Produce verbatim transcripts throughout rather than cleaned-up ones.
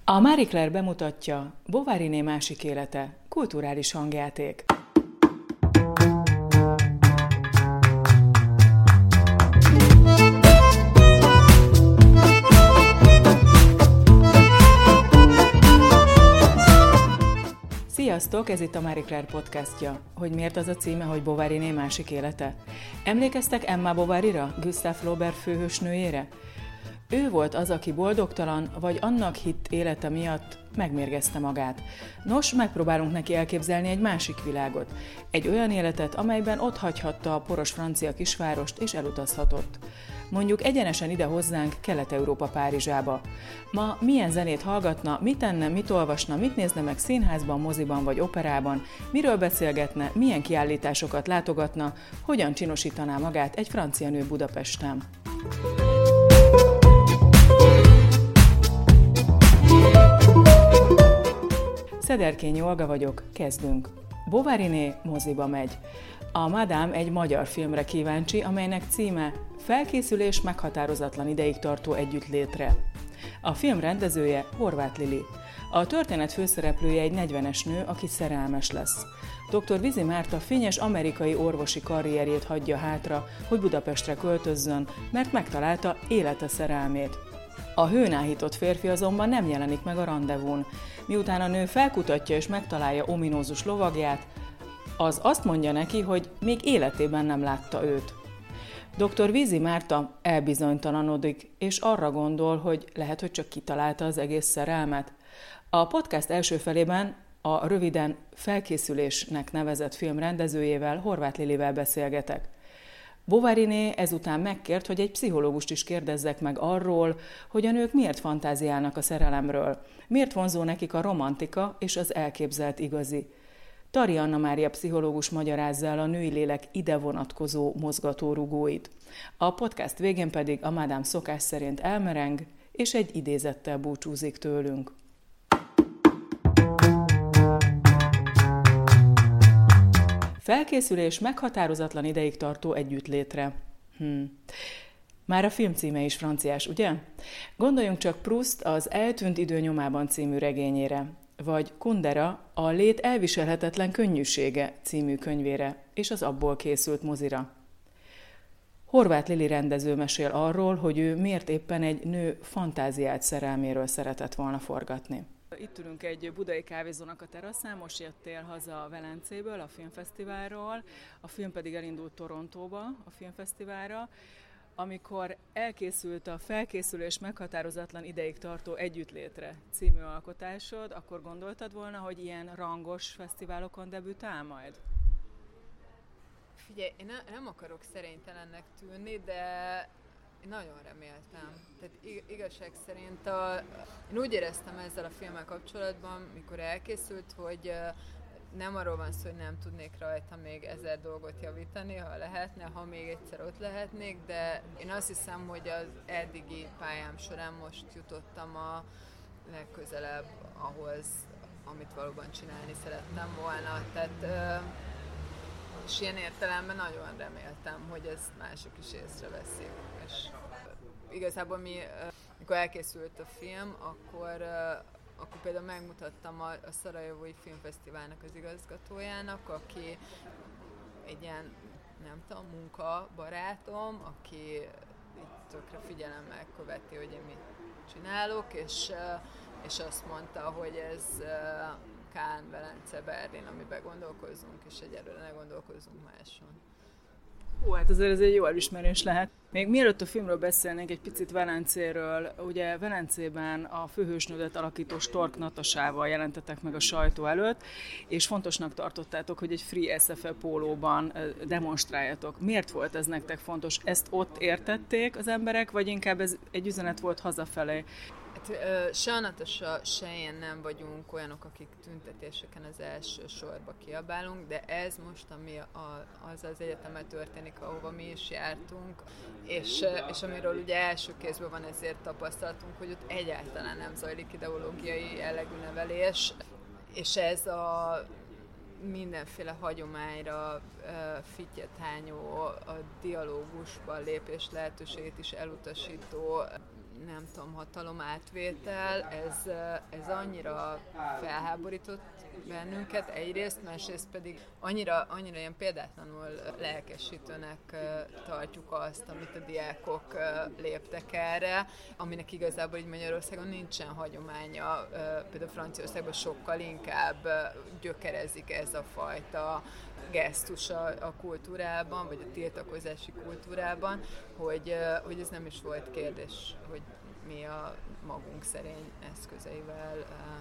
A Marie Claire bemutatja Bovaryné másik élete, kulturális hangjáték. Sziasztok, ez itt a Marie Claire podcastja. Hogy miért az a címe, hogy Bovaryné másik élete? Emlékeztek Emma Bovaryra, Gustave Flaubert főhősnőjére? Ő volt az, aki boldogtalan, vagy annak hitt élete miatt megmérgezte magát. Nos, megpróbálunk neki elképzelni egy másik világot. Egy olyan életet, amelyben ott hagyhatta a poros francia kisvárost és elutazhatott. Mondjuk egyenesen ide hozzánk, Kelet-Európa Párizsába. Ma milyen zenét hallgatna, mit tenne, mit olvasna, mit nézne meg színházban, moziban vagy operában, miről beszélgetne, milyen kiállításokat látogatna, hogyan csinosítaná magát egy francia nő Budapesten. Szederkényi Olga vagyok, kezdünk. Bovaryné moziba megy. A Madame egy magyar filmre kíváncsi, amelynek címe Felkészülés meghatározatlan ideig tartó együttlétre. A film rendezője Horváth Lili. A történet főszereplője egy negyvenes nő, aki szerelmes lesz. doktor Vizi Márta fényes amerikai orvosi karrierjét hagyja hátra, hogy Budapestre költözzön, mert megtalálta élete szerelmét. A hőn áhított férfi azonban nem jelenik meg a randevún. Miután a nő felkutatja és megtalálja ominózus lovagját, az azt mondja neki, hogy még életében nem látta őt. doktor Vizi Márta elbizonytalanodik, és arra gondol, hogy lehet, hogy csak kitalálta az egész szerelmet. A podcast első felében a röviden Felkészülésnek nevezett film rendezőjével, Horváth Lilivel beszélgetek. Bovaryné ezután megkért, hogy egy pszichológust is kérdezzek meg arról, hogy a nők miért fantáziálnak a szerelemről, miért vonzó nekik a romantika és az elképzelt igazi. Tari Anna Mária pszichológus magyarázza el a női lélek ide vonatkozó mozgatórugóit. A podcast végén pedig a Madame szokás szerint elmereng, és egy idézettel búcsúzik tőlünk. Felkészülés meghatározatlan ideig tartó együttlétre. Hm. Már a film címe is franciás, ugye? Gondoljunk csak Proust az Eltűnt idő nyomában című regényére, vagy Kundera a Lét elviselhetetlen könnyűsége című könyvére, és az abból készült mozira. Horváth Lili rendező mesél arról, hogy ő miért éppen egy nő fantáziált szerelméről szeretett volna forgatni. Itt ülünk egy budai kávézónak a teraszán, most jöttél haza Velencéből, a filmfesztiválról, a film pedig elindult Torontóba, a filmfesztiválra. Amikor elkészült a Felkészülés meghatározatlan ideig tartó együttlétre című alkotásod, akkor gondoltad volna, hogy ilyen rangos fesztiválokon debütál majd? Figyelj, én ne, nem akarok szerénytelennek tűnni, de én nagyon reméltem. Tehát igazság szerint a, én úgy éreztem ezzel a filmmel kapcsolatban, mikor elkészült, hogy nem arról van szó, hogy nem tudnék rajta még ezer dolgot javítani, ha lehetne, ha még egyszer ott lehetnék, de én azt hiszem, hogy az eddigi pályám során most jutottam a legközelebb ahhoz, amit valóban csinálni szerettem volna. Tehát, és ilyen értelemben nagyon reméltem, hogy ezt mások is észreveszik. És igazából mi, amikor elkészült a film, akkor, akkor például megmutattam a, a Szarajevói Filmfesztiválnak az igazgatójának, aki egy ilyen, nem tudom, munkabarátom, aki így tökre figyelemmel követi, hogy én mit csinálok, és, és azt mondta, hogy ez Cannes, Velence, Berlin, amiben gondolkozzunk, és egyelőre ne gondolkozzunk máson. Hú, hát azért ez egy jó elismerés lehet. Még mielőtt a filmről beszélnénk egy picit Velencéről, ugye Velencében a főhősnődet alakító Stork Natasával jelentetek meg a sajtó előtt, és fontosnak tartottátok, hogy egy Free es ef e pólóban demonstráljatok. Miért volt ez nektek fontos? Ezt ott értették az emberek, vagy inkább ez egy üzenet volt hazafelé? Hát, se a Natasa, se én nem vagyunk olyanok, akik tüntetéseken az első sorba kiabálunk, de ez most, ami a, az az egyetemen történik, ahova mi is jártunk, és, és amiről ugye első kézből van ezért tapasztalatunk, hogy ott egyáltalán nem zajlik ideológiai jellegű nevelés, és ez a mindenféle hagyományra fittyet hányó, a dialógusban lépés lehetőségét is elutasító, nem tudom, hatalom átvétel, ez, ez annyira felháborított bennünket egyrészt, másrészt pedig annyira, annyira ilyen példátlanul lelkesítőnek tartjuk azt, amit a diákok léptek erre, aminek igazából így Magyarországon nincsen hagyománya, például Franciaországban sokkal inkább gyökerezik ez a fajta gesztus a, a kultúrában, vagy a tiltakozási kultúrában, hogy, hogy ez nem is volt kérdés, hogy mi a magunk szerény eszközeivel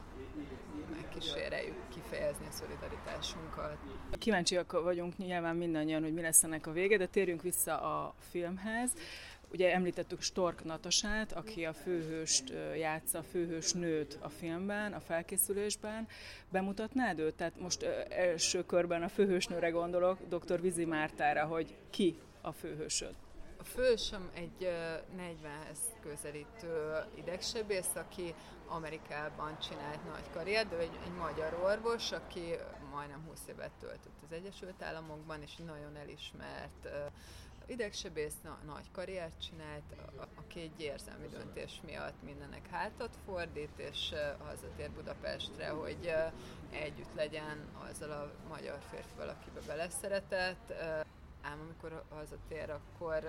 megkíséreljük kifejezni a szolidaritásunkat. Kíváncsiak vagyunk nyilván mindannyian, hogy mi lesz ennek a vége, de térjünk vissza a filmhez. Ugye említettük Stork Natasát, aki a főhőst játsza, a főhős nőt a filmben, a felkészülésben. Bemutatnád őt? Tehát most első körben a főhősnőre gondolok, dr. Vizi Mártára, hogy ki a főhősöd? A főhősöm egy negyvenhez közelítő idegsebész, aki Amerikában csinált nagy karriert, de egy, egy magyar orvos, aki majdnem húsz évet töltött az Egyesült Államokban, és nagyon elismert idegsebész, na, nagy karriert csinált, aki egy érzelmi döntés miatt mindennek hátat fordít, és hazatér Budapestre, hogy együtt legyen azzal a magyar férfival, akibe beleszeretett. Ám amikor hazatér, akkor,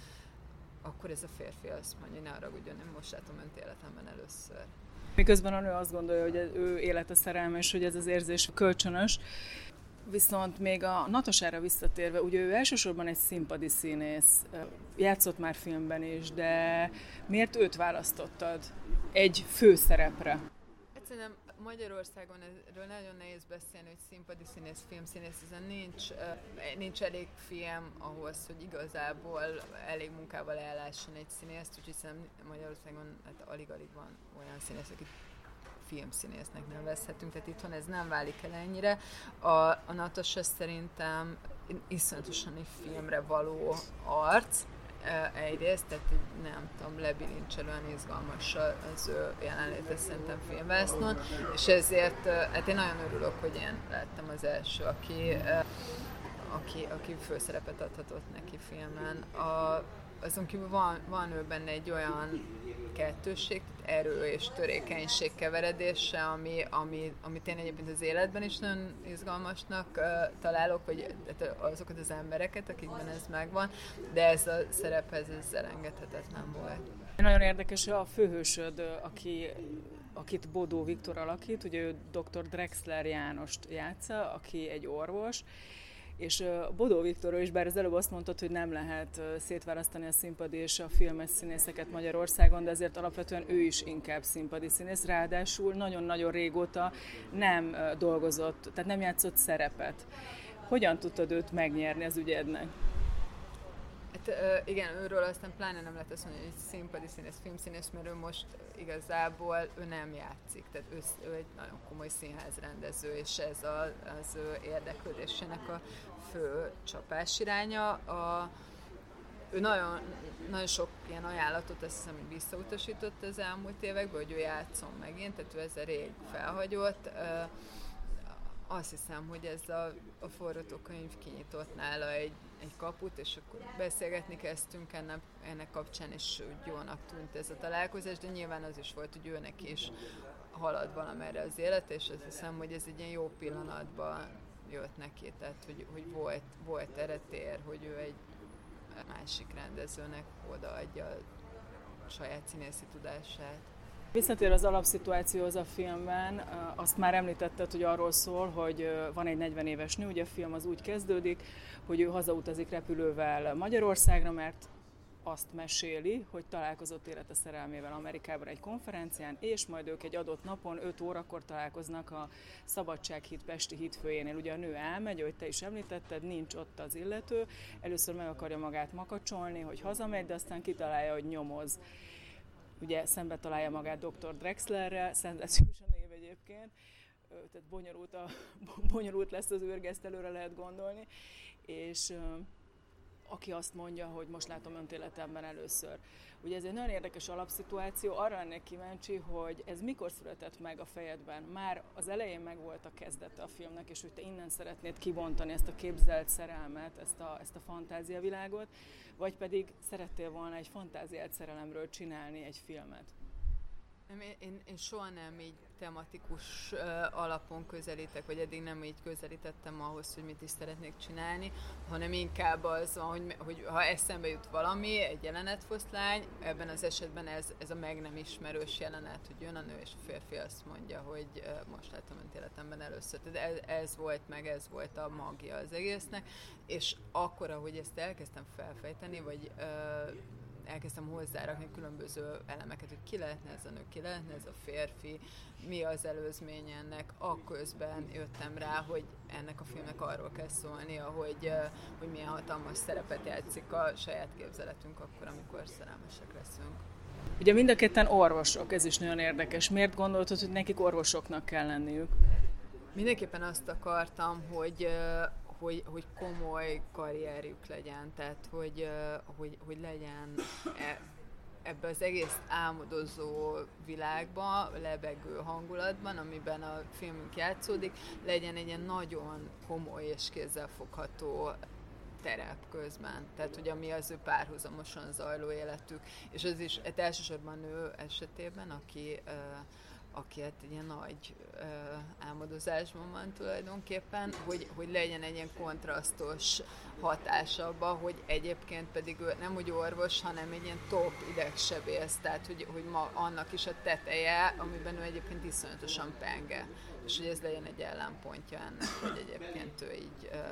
akkor ez a férfi azt mondja, ne haragudjon, én most látom önt életemben először. Miközben a nő azt gondolja, hogy ő élete szerelme, és hogy ez az érzés kölcsönös. Viszont még a Natasára visszatérve, ugye ő elsősorban egy színpadi színész, játszott már filmben is, de miért őt választottad egy főszerepre? Egyszerűen Magyarországon erről nagyon nehéz beszélni, hogy színpadi színész, filmszínész, ezen nincs, nincs elég film ahhoz, hogy igazából elég munkával ellásson egy színészt, úgyhogy szerintem Magyarországon hát alig-alig van olyan színész, akit filmszínésznek nevezhetünk, tehát itthon ez nem válik el ennyire. A, a Natasha szerintem iszonyatosan egy filmre való arc, egyrészt, tehát nem tudom, lebilincselően izgalmas az ő jelenléte szerintem filmvásznon, és ezért hát én nagyon örülök, hogy én lettem az első, aki, aki, aki főszerepet adhatott neki filmen. A, azon kívül van, van ő benne egy olyan kettősség, erő és törékenység keveredése, ami, ami, amit én egyébként az életben is nagyon izgalmasnak uh, találok, hogy azokat az embereket, akikben ez megvan, de ez a szerephez ez elengedhetetlen volt. Nagyon érdekes, a főhősöd, aki, akit Bodó Viktor alakít, ugye ő doktor Drexler Jánost játsza, aki egy orvos, és Bodó Viktorról is, bár az előbb azt mondtad, hogy nem lehet szétválasztani a színpadi és a filmes színészeket Magyarországon, de ezért alapvetően ő is inkább színpadi színész, ráadásul nagyon-nagyon régóta nem dolgozott, tehát nem játszott szerepet. Hogyan tudtad őt megnyerni az ügyednek? Hát igen, őről aztán pláne nem lehet azt mondani, hogy egy színpadi színész, filmszínész, mert ő most igazából ő nem játszik, tehát ő, ő egy nagyon komoly színházrendező, és ez a, az ő érdeklődésének a fő csapás iránya. A, ő nagyon, nagyon sok ilyen ajánlatot, azt hiszem, hogy visszautasított az elmúlt években, hogy ő játszom megint, tehát ő ezzel rég felhagyott. Azt hiszem, hogy ez a, a forgatókönyv kinyitott nála egy, egy kaput, és akkor beszélgetni kezdtünk ennek, ennek kapcsán, és úgy jónak tűnt ez a találkozás, de nyilván az is volt, hogy őnek is halad valamerre az élet, és azt hiszem, hogy ez egy ilyen jó pillanatban jött neki, tehát hogy, hogy volt, volt erre tér, hogy ő egy másik rendezőnek odaadja a saját színészi tudását. Visszatér az alapszituációhoz a filmben, azt már említetted, hogy arról szól, hogy van egy negyven éves nő, ugye a film az úgy kezdődik, hogy ő hazautazik repülővel Magyarországra, mert azt meséli, hogy találkozott élete szerelmével Amerikában egy konferencián, és majd ők egy adott napon öt órakor találkoznak a Szabadsághíd Pesti hídfőjénél. Ugye a nő elmegy, ahogy te is említetted, nincs ott az illető, először meg akarja magát makacsolni, hogy hazamegy, de aztán kitalálja, hogy nyomoz. Ugye szembe találja magát doktor Drexlerrel, szenzációs a név egyébként, tehát bonyolult, a, bonyolult lesz az űrgeszt, előre lehet gondolni, és aki azt mondja, hogy most látom önt életemben először. Ugye ez egy nagyon érdekes alapszituáció, arra lennék kíváncsi, hogy ez mikor született meg a fejedben? Már az elején meg volt a kezdete a filmnek, és hogy te innen szeretnéd kibontani ezt a képzelt szerelmet, ezt a, ezt a fantáziavilágot, vagy pedig szerettél volna egy fantáziált szerelemről csinálni egy filmet? Nem, én, én soha nem így tematikus uh, alapon közelítek, vagy eddig nem így közelítettem ahhoz, hogy mit is szeretnék csinálni, hanem inkább az van, hogy, hogy ha eszembe jut valami, egy jelenetfoszlány, ebben az esetben ez, ez a meg nem ismerős jelenet, hogy jön a nő és a férfi azt mondja, hogy uh, most láttam önt életemben először. Tehát ez, ez volt meg, ez volt a magja az egésznek, és akkor, ahogy ezt elkezdtem felfejteni, vagy uh, elkezdtem hozzárakni különböző elemeket, hogy ki lehetne ez a nő, ki lehetne ez a férfi, mi az előzmény ennek, akközben jöttem rá, hogy ennek a filmnek arról kell szólnia, hogy, hogy milyen hatalmas szerepet játszik a saját képzeletünk akkor, amikor szerelmesek leszünk. Ugye mind a ketten orvosok, ez is nagyon érdekes. Miért gondoltad, hogy nekik orvosoknak kell lenniük? Mindenképpen azt akartam, hogy Hogy, hogy komoly karrierjük legyen, tehát hogy, hogy, hogy legyen e, ebbe az egész álmodozó világban, lebegő hangulatban, amiben a filmünk játszódik, legyen egy ilyen nagyon komoly és kézzelfogható terep közben. Tehát, hogy ami az ő párhuzamosan zajló életük. És az is hát elsősorban ő esetében, aki aki hát ilyen nagy uh, álmodozásban van tulajdonképpen, hogy, hogy legyen egy ilyen kontrasztos hatás abba, hogy egyébként pedig ő nem úgy orvos, hanem egy ilyen top idegsebész, tehát hogy, hogy ma annak is a teteje, amiben ő egyébként iszonyatosan penge, és hogy ez legyen egy ellenpontja ennek, hogy egyébként ő így uh,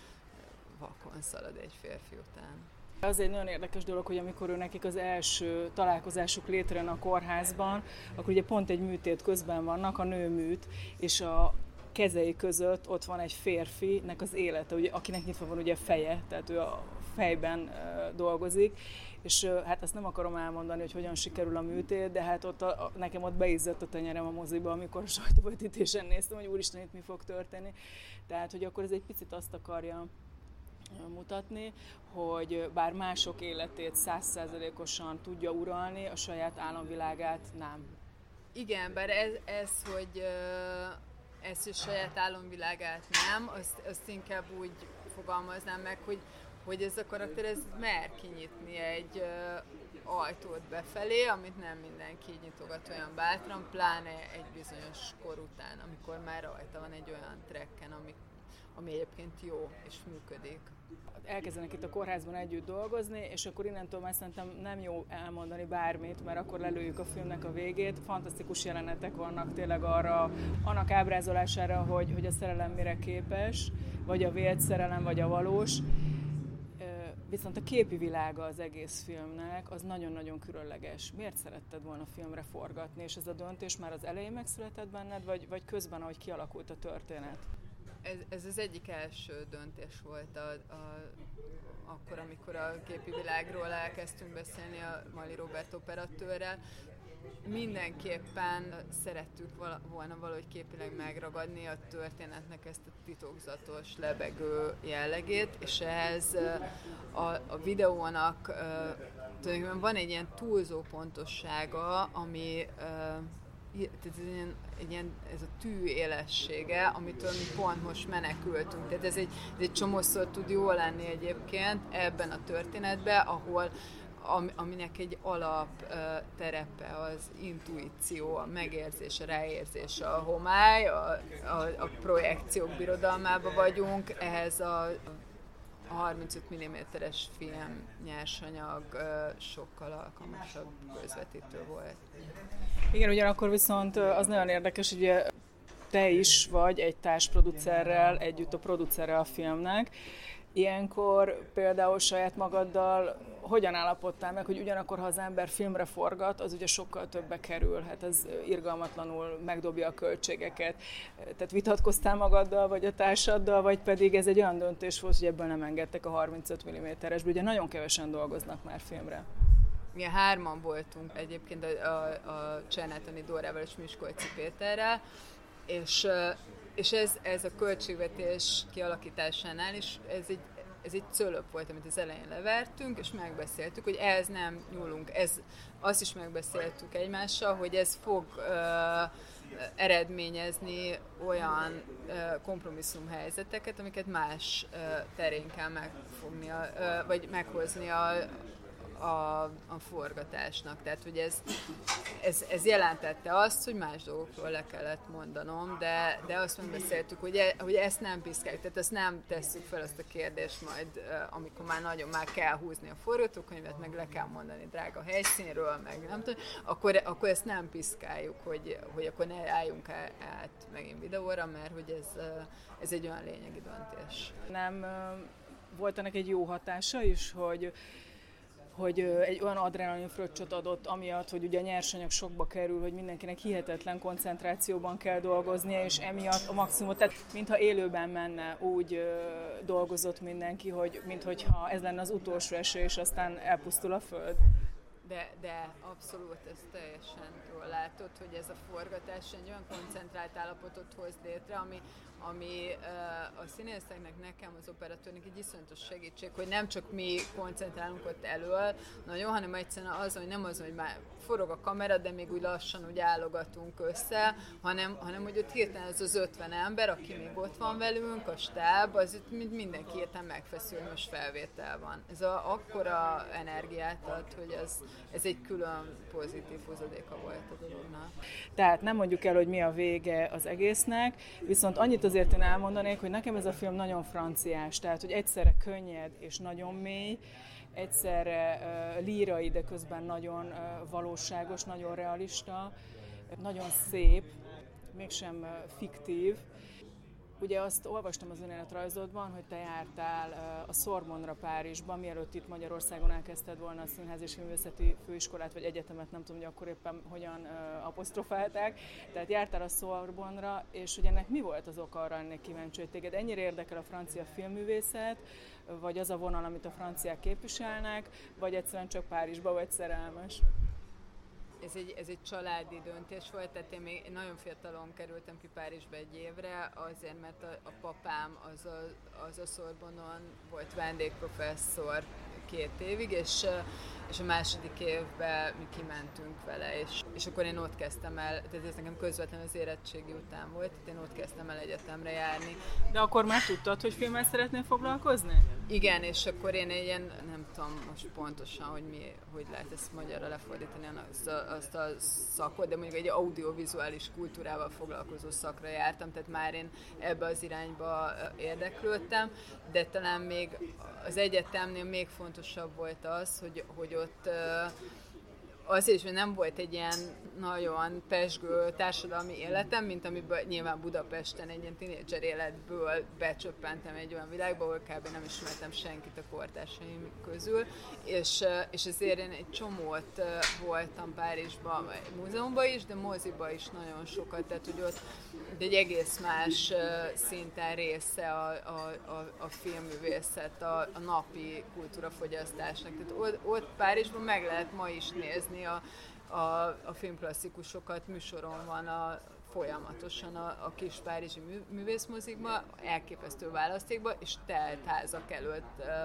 vakon szalad egy férfi után. Az egy nagyon érdekes dolog, hogy amikor ő nekik az első találkozásuk létrejön a kórházban, akkor ugye pont egy műtét közben vannak, a nő műt, és a kezei között ott van egy férfinek az élete, ugye, akinek nyitva van ugye a feje, tehát ő a fejben uh, dolgozik, és uh, hát azt nem akarom elmondani, hogy hogyan sikerül a műtét, de hát ott a, a, nekem ott beizzadt a tenyerem a moziba, amikor a sajtóvetítésen néztem, hogy úristen, itt mi fog történni. Tehát, hogy akkor ez egy picit azt akarja mutatni, hogy bár mások életét száz százalékosan tudja uralni, a saját álomvilágát nem. Igen, bár ez, ez hogy ez, hogy saját álomvilágát nem, azt, azt inkább úgy fogalmaznám meg, hogy, hogy ez a karakter ez mer kinyitni egy ajtót befelé, amit nem mindenki nyitogat olyan bátran, pláne egy bizonyos kor után, amikor már rajta van egy olyan trekken, ami, ami egyébként jó és működik. Elkezdenek itt a kórházban együtt dolgozni, és akkor innentől már szerintem nem jó elmondani bármit, mert akkor lelőjük a filmnek a végét. Fantasztikus jelenetek vannak tényleg arra, annak ábrázolására, hogy, hogy a szerelem mire képes, vagy a vélt szerelem, vagy a valós. Viszont a képi világa az egész filmnek az nagyon-nagyon különleges. Miért szeretted volna filmre forgatni, és ez a döntés már az elején megszületett benned, vagy, vagy közben, ahogy kialakult a történet? Ez, ez az egyik első döntés volt a, a, akkor, amikor a képi világról elkezdtünk beszélni a Mali Róbert operatőrrel. Mindenképpen szerettük volna valahogy képileg megragadni a történetnek ezt a titokzatos, lebegő jellegét, és ehhez a, a videónak tulajdonképpen van egy ilyen túlzó pontossága, ami tehát ez, ilyen, egy ilyen, ez a tű élessége, amitől mi pont most menekültünk. Tehát ez egy, ez egy csomószor tud jól lenni egyébként ebben a történetben, ahol aminek egy alap uh, terepe az intuíció, a megérzés, a ráérzés, a homály, a, a, a projekciók birodalmába vagyunk, ehhez a A harmincöt milliméteres film nyersanyag uh, sokkal alkalmasabb közvetítő volt. Igen, ugyanakkor viszont az nagyon érdekes, hogy te is vagy egy társproducerrel, együtt a producerrel a filmnek. Ilyenkor például saját magaddal hogyan állapodtál meg, hogy ugyanakkor, ha az ember filmre forgat, az ugye sokkal többbe kerül, hát ez irgalmatlanul megdobja a költségeket. Tehát vitatkoztál magaddal, vagy a társaddal, vagy pedig ez egy olyan döntés volt, hogy ebből nem engedtek a harmincöt milliméteresből. Ugye nagyon kevesen dolgoznak már filmre. Mi hárman voltunk egyébként a, a, a Csernátoni Dórával és Miskolci Péterrel, és, és ez, ez a költségvetés kialakításánál is ez egy ez egy cölöp volt, amit az elején levertünk, és megbeszéltük, hogy ehhez nem nyúlunk. Ez, azt is megbeszéltük egymással, hogy ez fog uh, eredményezni olyan uh, kompromisszumhelyzeteket, amiket más uh, terén kell megfognia, uh, vagy meghozni a A, a forgatásnak. Tehát, hogy ez, ez, ez jelentette azt, hogy más dolgokról le kellett mondanom, de, de azt megbeszéltük, hogy, e, hogy ezt nem piszkáljuk, tehát ezt nem tesszük fel azt a kérdést majd, amikor már nagyon már kell húzni a forgatókönyvet, meg le kell mondani drága helyszínről, meg nem tudom, akkor, akkor ezt nem piszkáljuk, hogy, hogy akkor ne álljunk át megint videóra, mert hogy ez, ez egy olyan lényegi döntés. Nem volt ennek egy jó hatása is, hogy hogy egy olyan adrenalin fröccsöt adott, amiatt, hogy ugye a nyersanyag sokba kerül, hogy mindenkinek hihetetlen koncentrációban kell dolgoznia, és emiatt a maximumot, tehát mintha élőben menne, úgy ö, dolgozott mindenki, hogy minthogyha ez lenne az utolsó eső, és aztán elpusztul a föld. De, de abszolút, ez teljesen jól látod, hogy ez a forgatás egy olyan koncentrált állapotot hoz létre, ami, ami uh, a színészeknek, nekem, az operatőrnek egy iszonyatos segítség, hogy nem csak mi koncentrálunk ott elől, nagyon, hanem egyszerűen az, hogy nem az, hogy már forog a kamera, de még úgy lassan úgy állogatunk össze, hanem, hanem hogy ott hirtelen az az ötven ember, aki még ott van velünk, a stáb, az itt mindenki hirtelen megfeszül, hogy most felvétel van. Ez a, akkora energiát ad, hogy ez, ez egy külön pozitív hozadéka volt a dolognak. Tehát nem mondjuk el, hogy mi a vége az egésznek, viszont annyit azért én elmondanék, hogy nekem ez a film nagyon franciás, tehát hogy egyszerre könnyed és nagyon mély, egyszerre uh, lírai, de közben nagyon uh, valóságos, nagyon realista, nagyon szép, mégsem uh, fiktív. Ugye azt olvastam az önéletrajzodban, hogy te jártál uh, a Sorbonne-ra Párizsban, mielőtt itt Magyarországon elkezdted volna a Színház és Művészeti Főiskolát, vagy egyetemet, nem tudom, hogy akkor éppen hogyan uh, apostrofálták. Tehát jártál a Sorbonne-ra, és hogy ennek mi volt az oka, arra ennek kíváncsi, hogy téged ennyire érdekel a francia filmművészet, vagy az a vonal, amit a franciák képviselnek, vagy egyszerűen csak Párizsba vagy szerelmes? Ez egy, ez egy családi döntés volt, tehát én még nagyon fiatalon kerültem ki Párizsba egy évre, azért, mert a, a papám az a, az a Sorbonon volt vendégprofesszor két évig, és, és a második évben mi kimentünk vele, és, és akkor én ott kezdtem el, tehát ez nekem közvetlenül az érettségi után volt, tehát én ott kezdtem el egyetemre járni. De akkor már tudtad, hogy filmmel szeretnél foglalkozni? Igen, és akkor én egy ilyen, nem tudom most pontosan, hogy mi, hogy lehet ezt magyarra lefordítani azt a, azt a szakot, de mondjuk egy audiovizuális kultúrával foglalkozó szakra jártam, tehát már én ebbe az irányba érdeklődtem, de talán még az egyetemnél még fontosabb volt az, hogy, hogy ott azért is, hogy nem volt egy ilyen nagyon pezsgő társadalmi életem, mint amiben nyilván Budapesten egy ilyen tínédzser életből becsöppentem egy olyan világba, ahol kb. Nem ismertem senkit a kortársaim közül, és, és ezért én egy csomót voltam Párizsban, múzeumban is, de moziba is nagyon sokat, tehát hogy ott egy egész más szinten része a, a, a, a filmművészet, a, a napi kultúrafogyasztásnak. Tehát ott, ott Párizsban meg lehet ma is nézni a, a, a filmklasszikusokat, műsoron van a, folyamatosan a, a kis párizsi mű, művészmozikban, elképesztő választékban, és telt házak előtt uh,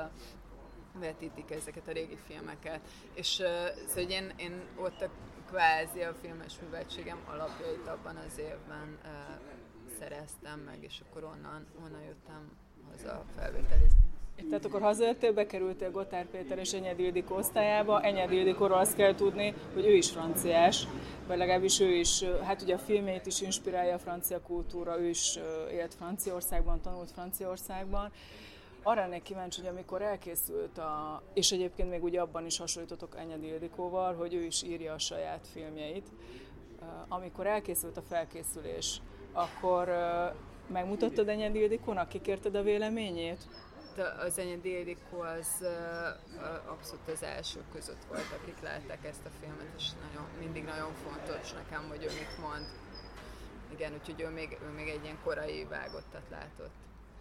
vetítik ezeket a régi filmeket. És uh, szóval én, én ott a kvázi a filmes műveltségem alapjait abban az évben uh, szereztem meg, és akkor onnan, onnan jöttem haza felvételizni. Tehát akkor hazajöttél, bekerültél Gotthárd Péter és Enyedi Ildikó osztályába. Enyedi Ildikóról azt kell tudni, hogy ő is franciás, vagy legalábbis ő is, hát ugye a filmjeit is inspirálja a francia kultúra, ő is élt Franciaországban, tanult Franciaországban. Arra lennék kíváncsi, hogy amikor elkészült a, és egyébként még ugye abban is hasonlítotok Enyedi Ildikóval, hogy ő is írja a saját filmjeit. Amikor elkészült a felkészülés, akkor megmutattad Enyedi Ildikónak, kikérted a véleményét? Az Enyedi Ildikó az uh, abszolút az elsők között volt, akik látták ezt a filmet, és nagyon, mindig nagyon fontos nekem, hogy ő mit mond. Igen, úgyhogy ő még, ő még egy ilyen korai vágottat látott.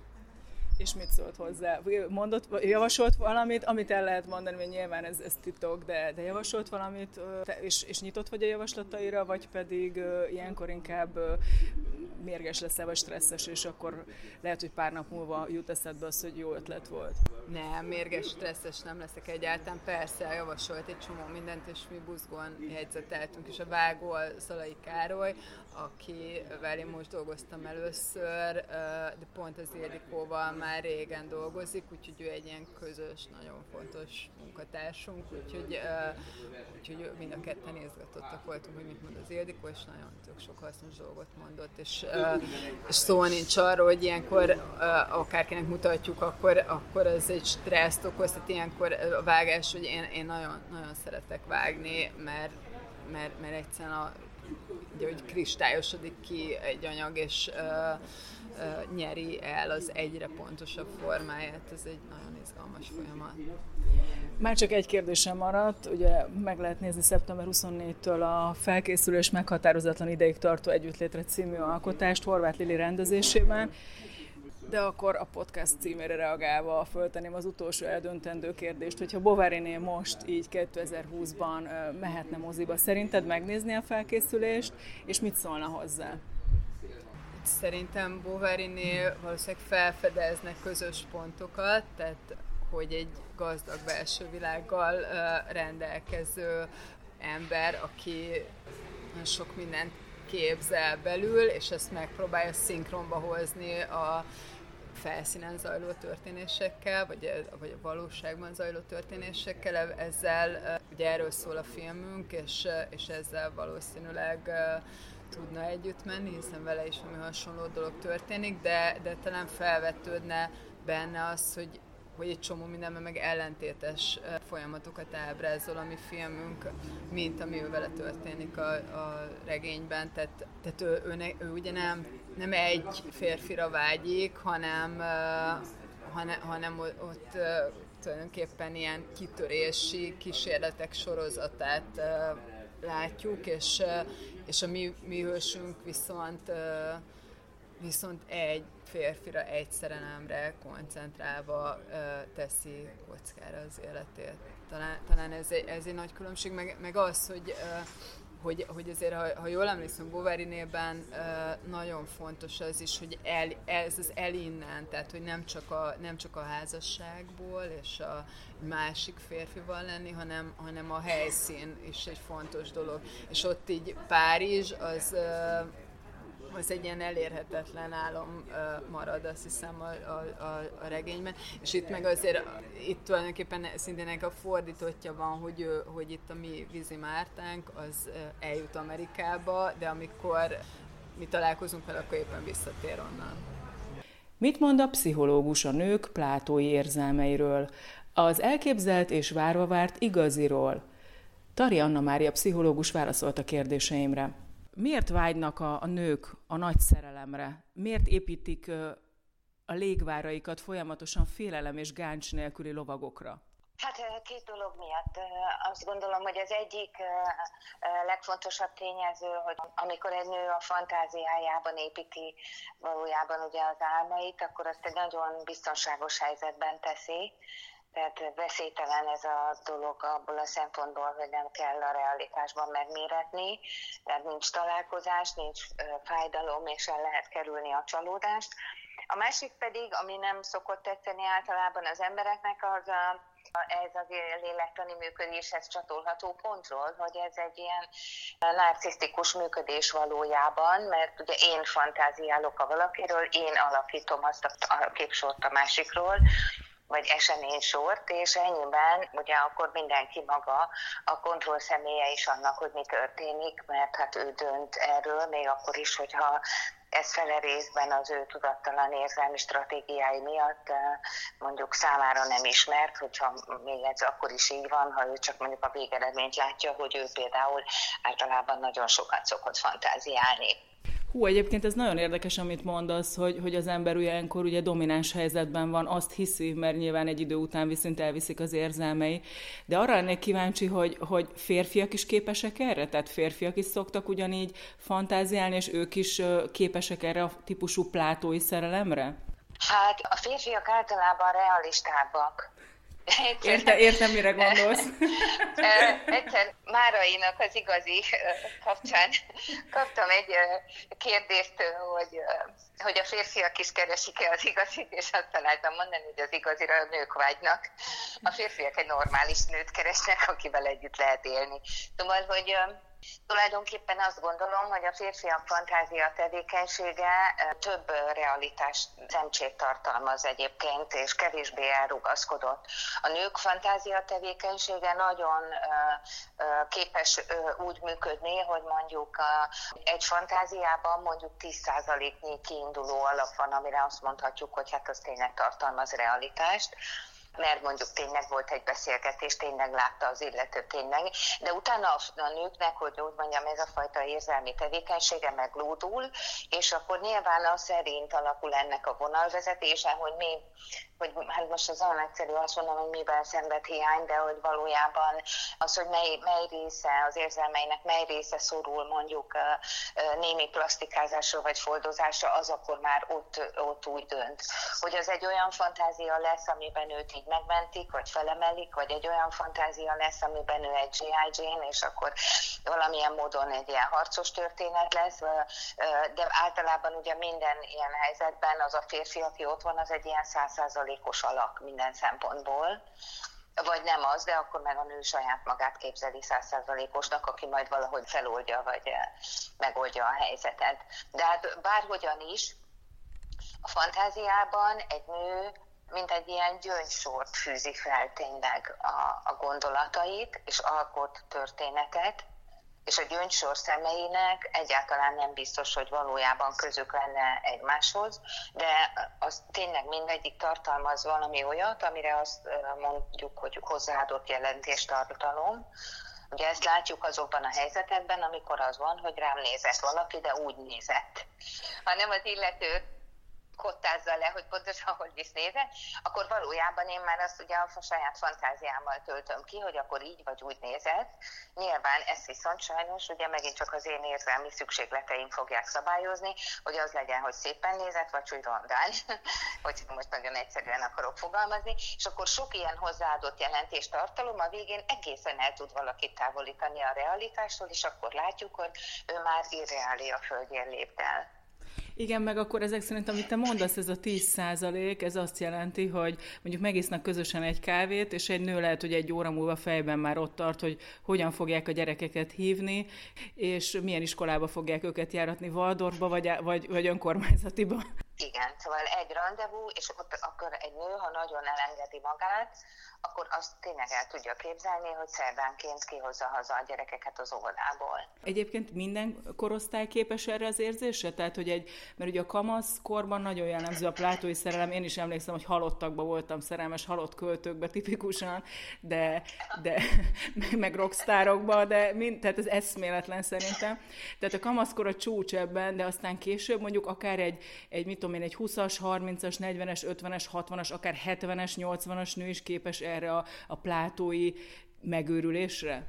És mit szólt hozzá? Mondott, javasolt valamit, amit el lehet mondani, mert nyilván ez, ez titok, de, de javasolt valamit, és, és nyitott vagy a javaslataira, vagy pedig uh, ilyenkor inkább uh, mérges leszel, vagy stresszes, és akkor lehet, hogy pár nap múlva jut eszedbe az, hogy jó ötlet volt. Nem, mérges, stresszes nem leszek egyáltalán. Persze, javasolt egy csomó mindent, és mi buzgón jegyzeteltünk, és a vágó a Szalai Károly, akivel én most dolgoztam először, de pont az Ildikóval már régen dolgozik, úgyhogy ő egy ilyen közös, nagyon fontos munkatársunk, úgyhogy, úgyhogy mind a ketten izgatottak voltunk, hogy mit mond az Ildikó, és nagyon tök sok hasznos dolgot mondott, és, és szó nincs arról, hogy ilyenkor akárkinek mutatjuk, akkor, akkor ez egy stresszt okoz, tehát ilyenkor a vágás, hogy én, én nagyon, nagyon szeretek vágni, mert, mert, mert egyszerűen a, ugye, hogy kristályosodik ki egy anyag, és uh, uh, nyeri el az egyre pontosabb formáját. Ez egy nagyon izgalmas folyamat. Már csak egy kérdésem maradt, ugye meg lehet nézni szeptember huszonnégyedikétől a Felkészülés meghatározatlan ideig tartó Együttlétre című alkotást Horváth Lili rendezésében, de akkor a podcast címére reagálva föltenném az utolsó eldöntendő kérdést, hogyha Bováriné most így kétezer-húszban mehetne moziba, szerinted megnézni a Felkészülést, és mit szólna hozzá? Szerintem Bováriné valószínűleg felfedeznek közös pontokat, tehát hogy egy gazdag belső világgal uh, rendelkező ember, aki sok mindent képzel belül, és ezt megpróbálja szinkronba hozni a felszínen zajló történésekkel, vagy, vagy a valóságban zajló történésekkel. Ezzel, ugye erről szól a filmünk, és, és ezzel valószínűleg uh, tudna együtt menni, hiszen vele is valami hasonló dolog történik, de, de talán felvetődne benne az, hogy hogy egy csomó mindenben meg ellentétes folyamatokat ábrázol a mi filmünk, mint ami ő vele történik a, a regényben. Tehát, tehát ő, ő, ne, ő ugye nem, nem egy férfira vágyik, hanem, uh, hanem, hanem ott uh, tulajdonképpen ilyen kitörési kísérletek sorozatát uh, látjuk, és, uh, és a mi, mi hősünk viszont, uh, viszont egy férfira, egy szerelemre koncentrálva uh, teszi kockára az életét. Talán, talán ez, egy, ez egy nagy különbség, meg, meg az, hogy, uh, hogy, hogy azért, ha, ha jól emlékszem, Bovárinében uh, nagyon fontos az is, hogy el, ez az el innen, tehát hogy nem csak a, nem csak a házasságból és a másik férfival lenni, hanem, hanem a helyszín is egy fontos dolog. És ott így Párizs az... Uh, az egy ilyen elérhetetlen álom uh, marad, azt hiszem a, a, a, a regényben. És itt meg azért, itt tulajdonképpen szintén a fordítottja van, hogy, hogy itt a mi Vizi Mártánk, az uh, eljut Amerikába, de amikor mi találkozunk vele, akkor éppen visszatér onnan. Mit mond a pszichológus a nők plátói érzelmeiről? Az elképzelt és várva várt igaziról? Tari Anna Mária pszichológus válaszolt a kérdéseimre. Miért vágynak a, a nők a nagy szerelemre? Miért építik ö, a légváraikat folyamatosan félelem és gáncs nélküli lovagokra? Hát két dolog miatt. Azt gondolom, hogy az egyik legfontosabb tényező, hogy amikor egy nő a fantáziájában építi valójában ugye az álmait, akkor azt egy nagyon biztonságos helyzetben teszi. Tehát veszélytelen ez a dolog abból a szempontból, hogy nem kell a realitásban megméretni, tehát nincs találkozás, nincs fájdalom, és el lehet kerülni a csalódást. A másik pedig, ami nem szokott tetszeni általában az embereknek, az a, ez a lélektani működéshez csatolható pontról, hogy ez egy ilyen narcisztikus működés valójában, mert ugye én fantáziálok a valakiről, én alakítom azt a képsort a másikról, vagy eseménysort, és ennyiben ugye akkor mindenki maga a kontrollszemélye is annak, hogy mi történik, mert hát ő dönt erről, még akkor is, hogyha ez fele részben az ő tudattalan érzelmi stratégiái miatt mondjuk számára nem ismert, hogyha még ez akkor is így van, ha ő csak mondjuk a végeredményt látja, hogy ő például általában nagyon sokat szokott fantáziálni. Hú, egyébként ez nagyon érdekes, amit mondasz, hogy, hogy az ember ilyenkor ugye domináns helyzetben van, azt hiszi, mert nyilván egy idő után viszont elviszik az érzelmei. De arra lennék kíváncsi, hogy, hogy férfiak is képesek erre? Tehát férfiak is szoktak ugyanígy fantáziálni, és ők is képesek erre a típusú plátói szerelemre? Hát a férfiak általában realistábbak. Érte, értem, mire gondolsz. Egyszer Márainak az igazi kapcsán kaptam egy kérdést, hogy, hogy a férfiak is keresik-e az igazit, és azt találtam mondani, hogy az igazira a nők vágynak. A férfiak egy normális nőt keresnek, akivel együtt lehet élni. Szóval, hogy tulajdonképpen azt gondolom, hogy a férfiak fantázia tevékenysége több realitás szemcsét tartalmaz egyébként, és kevésbé elrugaszkodott. A nők fantázia tevékenysége nagyon képes úgy működni, hogy mondjuk egy fantáziában mondjuk tíz százaléknyi kiinduló alap van, amire azt mondhatjuk, hogy hát az tényleg tartalmaz realitást, mert mondjuk tényleg volt egy beszélgetés, tényleg látta az illető tényleg, de utána a nőknek, hogy úgy mondjam, ez a fajta érzelmi tevékenysége meglódul, és akkor nyilván az szerint alakul ennek a vonalvezetése, hogy mi, hogy hát most az olyan egyszerű azt mondom, hogy miben szenved hiány, de hogy valójában az, hogy mely, mely része az érzelmeinek, mely része szorul mondjuk némi plastikázásra vagy foldozásra, az akkor már ott, ott úgy dönt. Hogy az egy olyan fantázia lesz, amiben őt így megmentik, vagy felemelik, vagy egy olyan fantázia lesz, amiben ő egy gé i. Jane, és akkor valamilyen módon egy ilyen harcos történet lesz, de általában ugye minden ilyen helyzetben az a férfi, aki ott van, az egy ilyen száz százalékos alak minden szempontból. Vagy nem az, de akkor meg a nő saját magát képzeli száz százalékosnak, aki majd valahogy feloldja, vagy megoldja a helyzetet. De hát bárhogyan is, a fantáziában egy nő mint egy ilyen gyöngysort fűzi fel tényleg a, a gondolatait, és alkot történetet, és a gyöngysor szemeinek egyáltalán nem biztos, hogy valójában közük lenne egymáshoz, de az tényleg mindegyik tartalmaz valami olyat, amire azt mondjuk, hogy hozzáadott jelentéstartalom. Ugye ezt látjuk azokban a helyzetekben, amikor az van, hogy rám nézett valaki, de úgy nézett. Hanem az illető kottázza le, hogy pontosan hogy is nézett, akkor valójában én már azt ugye a saját fantáziámmal töltöm ki, hogy akkor így vagy úgy nézett. Nyilván ezt viszont sajnos ugye megint csak az én érzelmi szükségleteim fogják szabályozni, hogy az legyen, hogy szépen nézett, vagy hogy rondán, hogy most nagyon egyszerűen akarok fogalmazni, és akkor sok ilyen hozzáadott jelentéstartalom a végén egészen el tud valakit távolítani a realitástól, és akkor látjuk, hogy ő már irreáli a földjén lépte el. Igen, meg akkor ezek szerint, amit te mondasz, ez a tíz százalék, ez azt jelenti, hogy mondjuk megisznak közösen egy kávét, és egy nő lehet, hogy egy óra múlva fejben már ott tart, hogy hogyan fogják a gyerekeket hívni, és milyen iskolába fogják őket járatni, Waldorfba vagy, vagy, vagy önkormányzatiba. Igen, szóval egy randevú, és ott akkor egy nő, ha nagyon elengedi magát, akkor azt tényleg el tudja képzelni, hogy szerdánként kihozza haza a gyerekeket az óvodából. Egyébként minden korosztály képes erre az érzésre? Tehát, hogy egy, mert ugye a kamaszkorban nagyon jellemző a plátói szerelem, én is emlékszem, hogy halottakba voltam szerelmes, halott költőkbe tipikusan, de, de meg rockstárokba, de mind, tehát ez eszméletlen szerintem. Tehát a kamaszkor a csúcs ebben, de aztán később mondjuk akár egy, egy mit tudom én, egy húszas, harmincas, negyvenes, ötvenes, hatvanas, akár hetvenes, nyolcvanas nő is képes erre a, a plátói megőrülésre?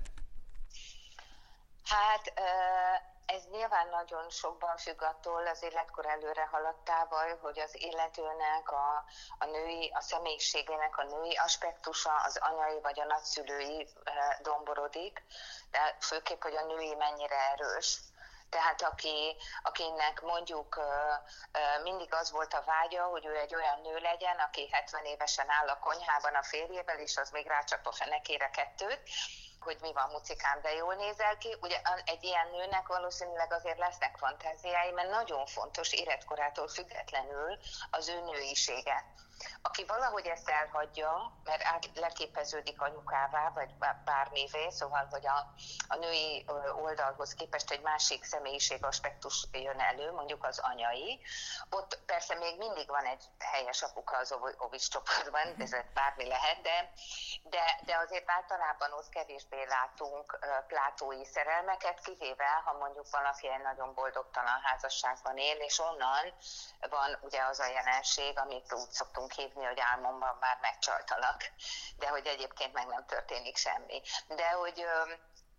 Hát ez nyilván nagyon sokban függ attól az életkor előre haladtával, hogy az illetőnek a, a női, a személyiségének a női aspektusa, az anyai vagy a nagyszülői domborodik, de főképp, hogy a női mennyire erős. Tehát aki, akinek mondjuk mindig az volt a vágya, hogy ő egy olyan nő legyen, aki hetven évesen áll a konyhában a férjével, és az még rácsap a fenekére kettőt, hogy mi van, mucikám, de jól nézel ki. Ugye egy ilyen nőnek valószínűleg azért lesznek fantáziái, mert nagyon fontos életkorától függetlenül az ő nőisége. Aki valahogy ezt elhagyja, mert át leképeződik anyukává, vagy bármivé, szóval, hogy a, a női oldalhoz képest egy másik személyiségaspektus jön elő, mondjuk az anyai. Ott persze még mindig van egy helyes apuka az Ovics csoportban, ez bármi lehet, de, de, de azért általában ott kevésbé látunk plátói szerelmeket, kivéve, ha mondjuk valaki egy nagyon boldogtalan házasságban él, és onnan van ugye az a jelenség, amit úgy szoktunk hívni, hogy álmomban már megcsaltalak, de hogy egyébként meg nem történik semmi. De hogy,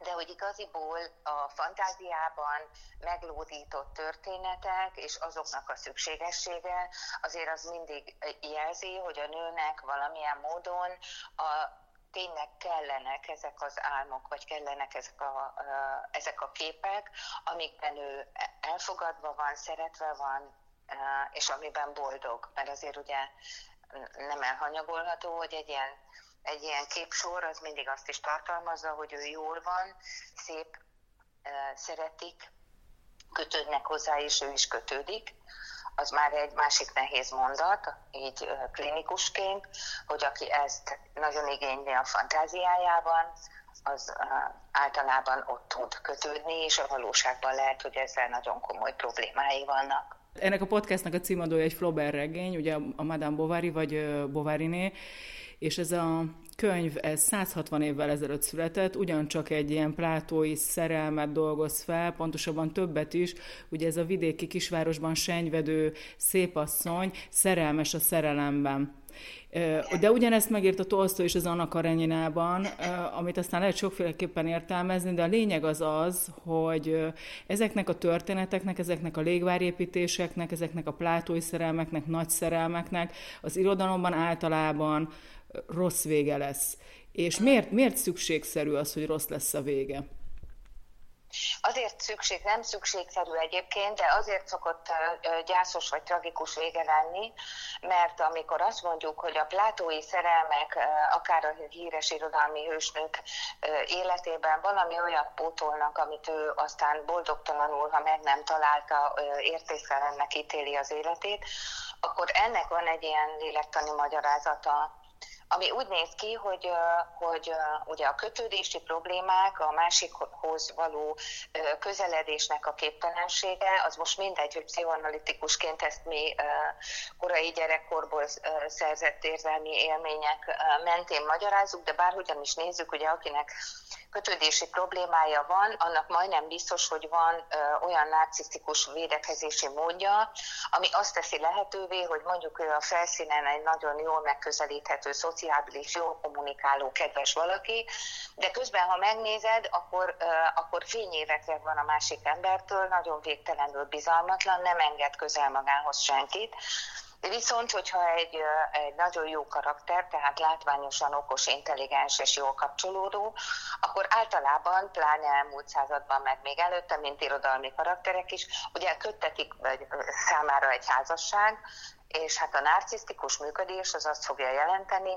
de hogy igaziból a fantáziában meglódított történetek és azoknak a szükségessége azért az mindig jelzi, hogy a nőnek valamilyen módon a tényleg kellenek ezek az álmok, vagy kellenek ezek a, ezek a képek, amikben ő elfogadva van, szeretve van, és amiben boldog. Mert azért ugye nem elhanyagolható, hogy egy ilyen, egy ilyen képsor az mindig azt is tartalmazza, hogy ő jól van, szép, szeretik, kötődnek hozzá, és ő is kötődik. Az már egy másik nehéz mondat, így klinikusként, hogy aki ezt nagyon igényli a fantáziájában, az általában ott tud kötődni, és a valóságban lehet, hogy ezzel nagyon komoly problémái vannak. Ennek a podcastnak a címadója egy Flaubert regény, ugye a Madame Bovary, vagy Bovary-né, és ez a könyv ez száz hatvan évvel ezelőtt született, ugyancsak egy ilyen plátói szerelmet dolgoz fel, pontosabban többet is, ugye ez a vidéki kisvárosban senyvedő szépasszony szerelmes a szerelemben. De ugyanezt megírta Tolsztoj is az Anna Kareninában, amit aztán lehet sokféleképpen értelmezni, de a lényeg az az, hogy ezeknek a történeteknek, ezeknek a légvárépítéseknek, ezeknek a plátói szerelmeknek, nagy szerelmeknek az irodalomban általában rossz vége lesz. És miért, miért szükségszerű az, hogy rossz lesz a vége? Azért szükség, nem szükségszerű egyébként, de azért szokott gyászos vagy tragikus vége lenni, mert amikor azt mondjuk, hogy a plátói szerelmek, akár a híres irodalmi hősnők életében valami olyat pótolnak, amit ő aztán boldogtalanul, ha meg nem találta, értéktelennek ítéli az életét, akkor ennek van egy ilyen lélektani magyarázata, ami úgy néz ki, hogy, hogy ugye a kötődési problémák, a másikhoz való közeledésnek a képtelensége, az most mindegy, hogy pszichoanalitikusként ezt mi korai gyerekkorból szerzett érzelmi élmények mentén magyarázzuk, de bárhogyan is nézzük, ugye akinek kötődési problémája van, annak majdnem biztos, hogy van olyan narcisztikus védekezési módja, ami azt teszi lehetővé, hogy mondjuk ő a felszínen egy nagyon jól megközelíthető, szociális, jól kommunikáló, kedves valaki, de közben, ha megnézed, akkor, akkor fényévekre van a másik embertől, nagyon végtelenül bizalmatlan, nem enged közel magához senkit. Viszont, hogyha egy, egy nagyon jó karakter, tehát látványosan okos, intelligens és jól kapcsolódó, akkor általában, pláne elmúlt században, meg még előtte, mint irodalmi karakterek is, ugye köttetik számára egy házasság, és hát a narcisztikus működés az azt fogja jelenteni,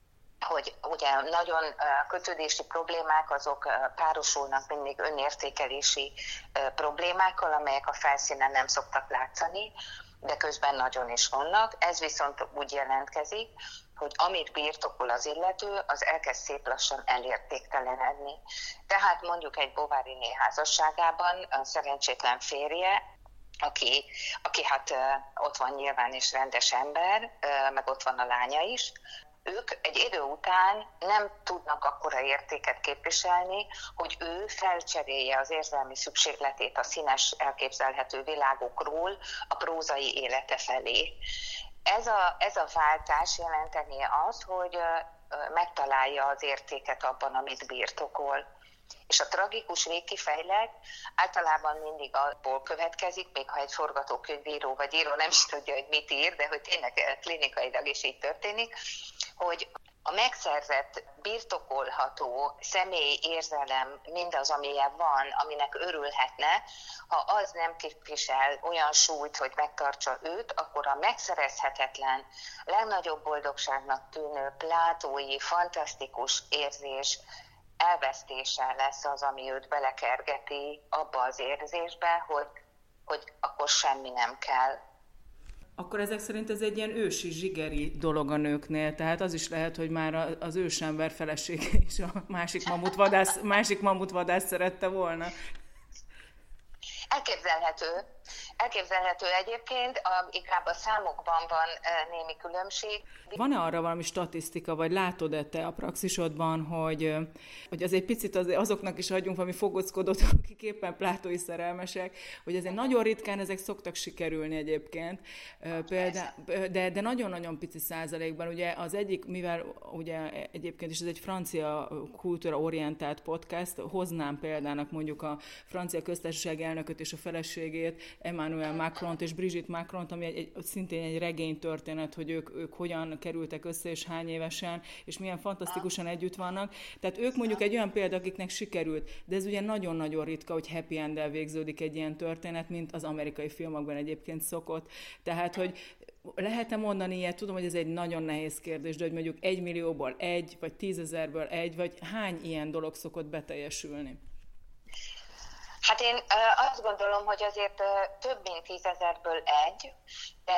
hogy ugye nagyon kötődési problémák azok párosulnak mindig önértékelési problémákkal, amelyek a felszínen nem szoktak látszani, de közben nagyon is vannak. Ez viszont úgy jelentkezik, hogy amit birtokol az illető, az elkezd szép lassan elértéktelenedni. Tehát mondjuk egy Bovary-né házasságában a szerencsétlen férje, aki, aki hát ott van nyilván is rendes ember, meg ott van a lánya is, ők egy idő után nem tudnak akkora értéket képviselni, hogy ő felcserélje az érzelmi szükségletét a színes, elképzelhető világokról a prózai élete felé. Ez a, ez a váltás jelenteni azt, hogy megtalálja az értéket abban, amit birtokol. És a tragikus végkifejlet általában mindig abból következik, még ha egy forgatókönyvíró vagy író nem is tudja, hogy mit ír, de hogy tényleg klinikailag is így történik, hogy a megszerzett, birtokolható személyi érzelem mindaz, amilyen van, aminek örülhetne, ha az nem képvisel olyan súlyt, hogy megtartsa őt, akkor a megszerezhetetlen, legnagyobb boldogságnak tűnő plátói, fantasztikus érzés elvesztése lesz az, ami őt belekergeti abba az érzésbe, hogy, hogy akkor semmi nem kell. Akkor ezek szerint ez egy ilyen ősi, zsigeri dolog a nőknél, tehát az is lehet, hogy már az ősember felesége is a másik mamutvadász, másik mamutvadász szerette volna. Elképzelhető. Elképzelhető egyébként, a, inkább a számokban van e, némi különbség. Van-e arra valami statisztika, vagy látod-e te a praxisodban, hogy, hogy az egy picit az, azoknak is adjunk valami fogockodót, akik éppen plátói szerelmesek, hogy azért nagyon ritkán ezek szoktak sikerülni egyébként, Példa, de, de nagyon-nagyon pici százalékban. Ugye az egyik, mivel ugye egyébként is ez egy francia kultúra-orientált podcast, hoznám példának mondjuk a francia köztársaság elnököt és a feleségét, Emmanuel Macront és Brigitte Macront, ami egy, egy, szintén egy regénytörténet, hogy ők, ők hogyan kerültek össze, és hány évesen, és milyen fantasztikusan együtt vannak. Tehát ők mondjuk egy olyan példa, akiknek sikerült, de ez ugye nagyon-nagyon ritka, hogy happy end-el végződik egy ilyen történet, mint az amerikai filmekben egyébként szokott. Tehát, hogy lehet-e mondani ilyet? Tudom, hogy ez egy nagyon nehéz kérdés, de hogy mondjuk egy millióból egy, vagy tízezerből egy, vagy hány ilyen dolog szokott beteljesülni? Hát én azt gondolom, hogy azért több mint tízezerből egy, de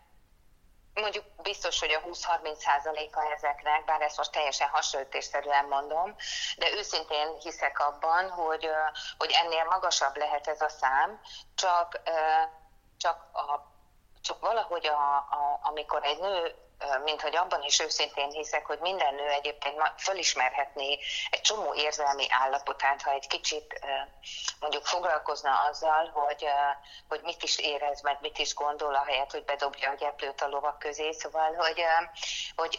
mondjuk biztos, hogy a húsz-harminc százaléka ezeknek, bár ezt most teljesen hasonlítésszerűen mondom, de őszintén hiszek abban, hogy, hogy ennél magasabb lehet ez a szám, csak, csak, a, csak valahogy a, a, amikor egy nő, mint hogy abban is őszintén hiszek, hogy minden nő egyébként fölismerhetné egy csomó érzelmi állapotát, ha egy kicsit mondjuk foglalkozna azzal, hogy, hogy mit is érez, meg mit is gondol, ahelyett, hogy bedobja a gyeplőt a lovak közé. Szóval, hogy, hogy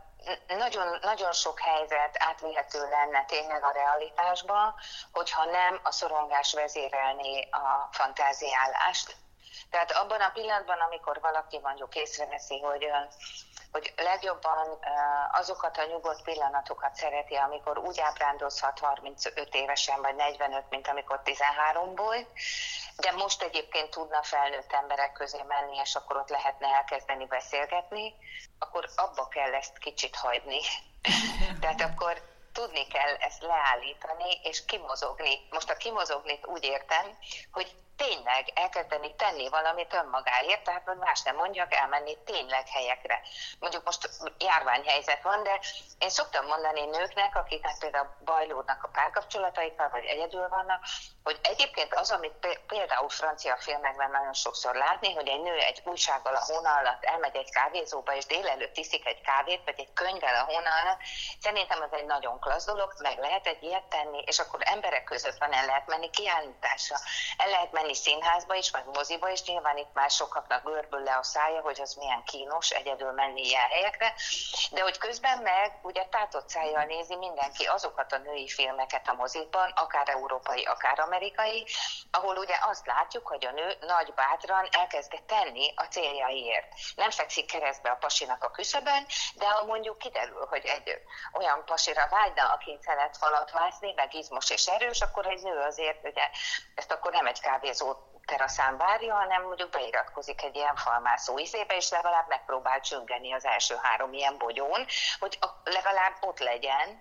nagyon, nagyon sok helyzet átvihető lenne tényleg a realitásba, hogyha nem a szorongás vezérelné a fantáziálást. Tehát abban a pillanatban, amikor valaki mondjuk észreveszi, hogy, hogy legjobban azokat a nyugodt pillanatokat szereti, amikor úgy ábrándozhat harmincöt évesen vagy negyvenöt, mint amikor tizenhárom volt, de most egyébként tudna felnőtt emberek közé menni, és akkor ott lehetne elkezdeni beszélgetni, akkor abba kell ezt kicsit hagyni. Tehát akkor tudni kell ezt leállítani, és kimozogni. Most a kimozogni úgy értem, hogy tényleg elkezdeni tenni valamit önmagáért, tehát hogy más nem mondjak, elmenni tényleg helyekre. Mondjuk most járványhelyzet van, de én szoktam mondani nőknek, akiknek például bajlódnak a párkapcsolataikkal, vagy egyedül vannak, hogy egyébként az, amit például francia filmekben nagyon sokszor látni, hogy egy nő egy újsággal a hóna alatt elmegy egy kávézóba, és délelőtt iszik egy kávét, vagy egy könyvvel a hóna alatt, szerintem ez egy nagyon klassz dolog, meg lehet egy ilyet tenni, és akkor emberek között van, el lehet menni kiállításra, el lehet menni színházba is, vagy moziba is, nyilván itt már sokaknak görbül le a szája, hogy az milyen kínos egyedül menni ilyen helyekre, de hogy közben meg ugye tátott szájjal nézi mindenki azokat a női filmeket a mozikban, akár európai, akár amerikai, ahol ugye azt látjuk, hogy a nő nagy bátran elkezd tenni a céljaiért. Nem fekszik keresztbe a pasinak a küszöbön, de ha mondjuk kiderül, hogy egy olyan pasira vágyna, aki szeret falat vászni, meg izmos és erős, akkor egy nő azért ugye ezt akkor nem egy kávézó teraszán várja, hanem mondjuk beiratkozik egy ilyen falmászó izébe, és legalább megpróbál csüngeni az első három ilyen bogyón, hogy legalább ott legyen,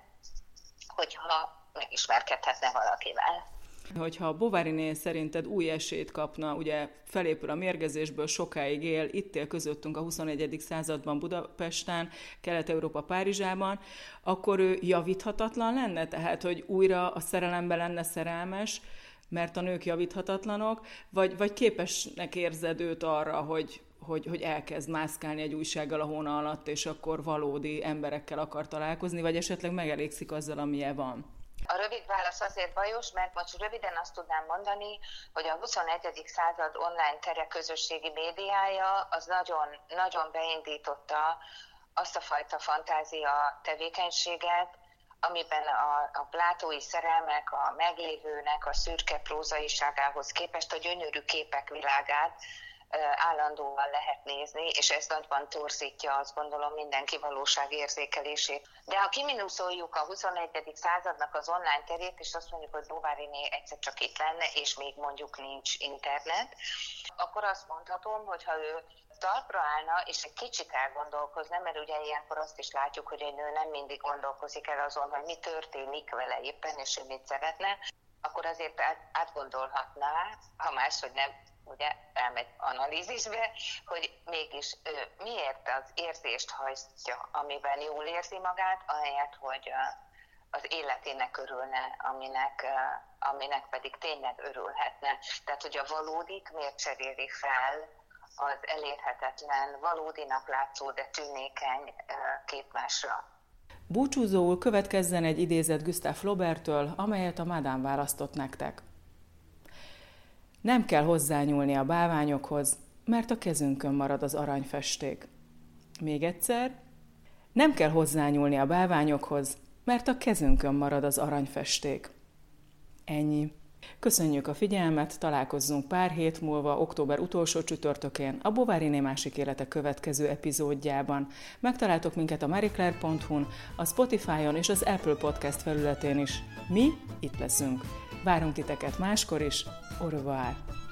hogyha megismerkedhetne valakivel. Hogyha Bovary-nél szerinted új esélyt kapna, ugye felépül a mérgezésből, sokáig él, itt él közöttünk a huszonegyedik században Budapesten, Kelet-Európa Párizsában, akkor ő javíthatatlan lenne? Tehát, hogy újra a szerelembe lenne szerelmes, mert a nők javíthatatlanok, vagy, vagy képesnek érzed őt arra, hogy, hogy, hogy elkezd mászkálni egy újsággal a hóna alatt, és akkor valódi emberekkel akar találkozni, vagy esetleg megelégszik azzal, amilyen van? A rövid válasz azért bajos, mert most röviden azt tudnám mondani, hogy a huszonegyedik század online tere közösségi médiája az nagyon, nagyon beindította azt a fajta fantázia tevékenységet, amiben a, a plátói szerelmek a meglévőnek a szürke prózaiságához képest a gyönyörű képek világát állandóan lehet nézni, és ez nagyban torzítja, azt gondolom, mindenki valóságérzékelését. De ha kiminuszoljuk a huszonegyedik századnak az online terét, és azt mondjuk, hogy Bovary-né egyszer csak itt lenne, és még mondjuk nincs internet, akkor azt mondhatom, hogy ha ő talpra állna, és egy kicsit elgondolkozna, mert ugye ilyenkor azt is látjuk, hogy egy nő nem mindig gondolkozik el azon, hogy mi történik vele éppen, és hogy mit szeretne, akkor azért átgondolhatná, ha máshogy nem, ugye elmegy analízisbe, hogy mégis ő miért az érzést hajtja, amiben jól érzi magát, ahelyett, hogy az életének örülne, aminek aminek pedig tényleg örülhetne. Tehát, hogy a valódit miért cseréli fel az elérhetetlen, valódinak látszó, de tűnékeny képmásra. Búcsúzóul következzen egy idézet Gustave Flauberttől, amelyet a Madame választott nektek. Nem kell hozzányúlni a bálványokhoz, mert a kezünkön marad az aranyfesték. Még egyszer. Nem kell hozzányúlni a bálványokhoz, mert a kezünkön marad az aranyfesték. Ennyi. Köszönjük a figyelmet, találkozzunk pár hét múlva, október utolsó csütörtökén, a Bováriné másik élete következő epizódjában. Megtaláltok minket a marie claire pont hu-n, a Spotify-on és az Apple Podcast felületén is. Mi itt leszünk. Várunk titeket máskor is. Au revoir!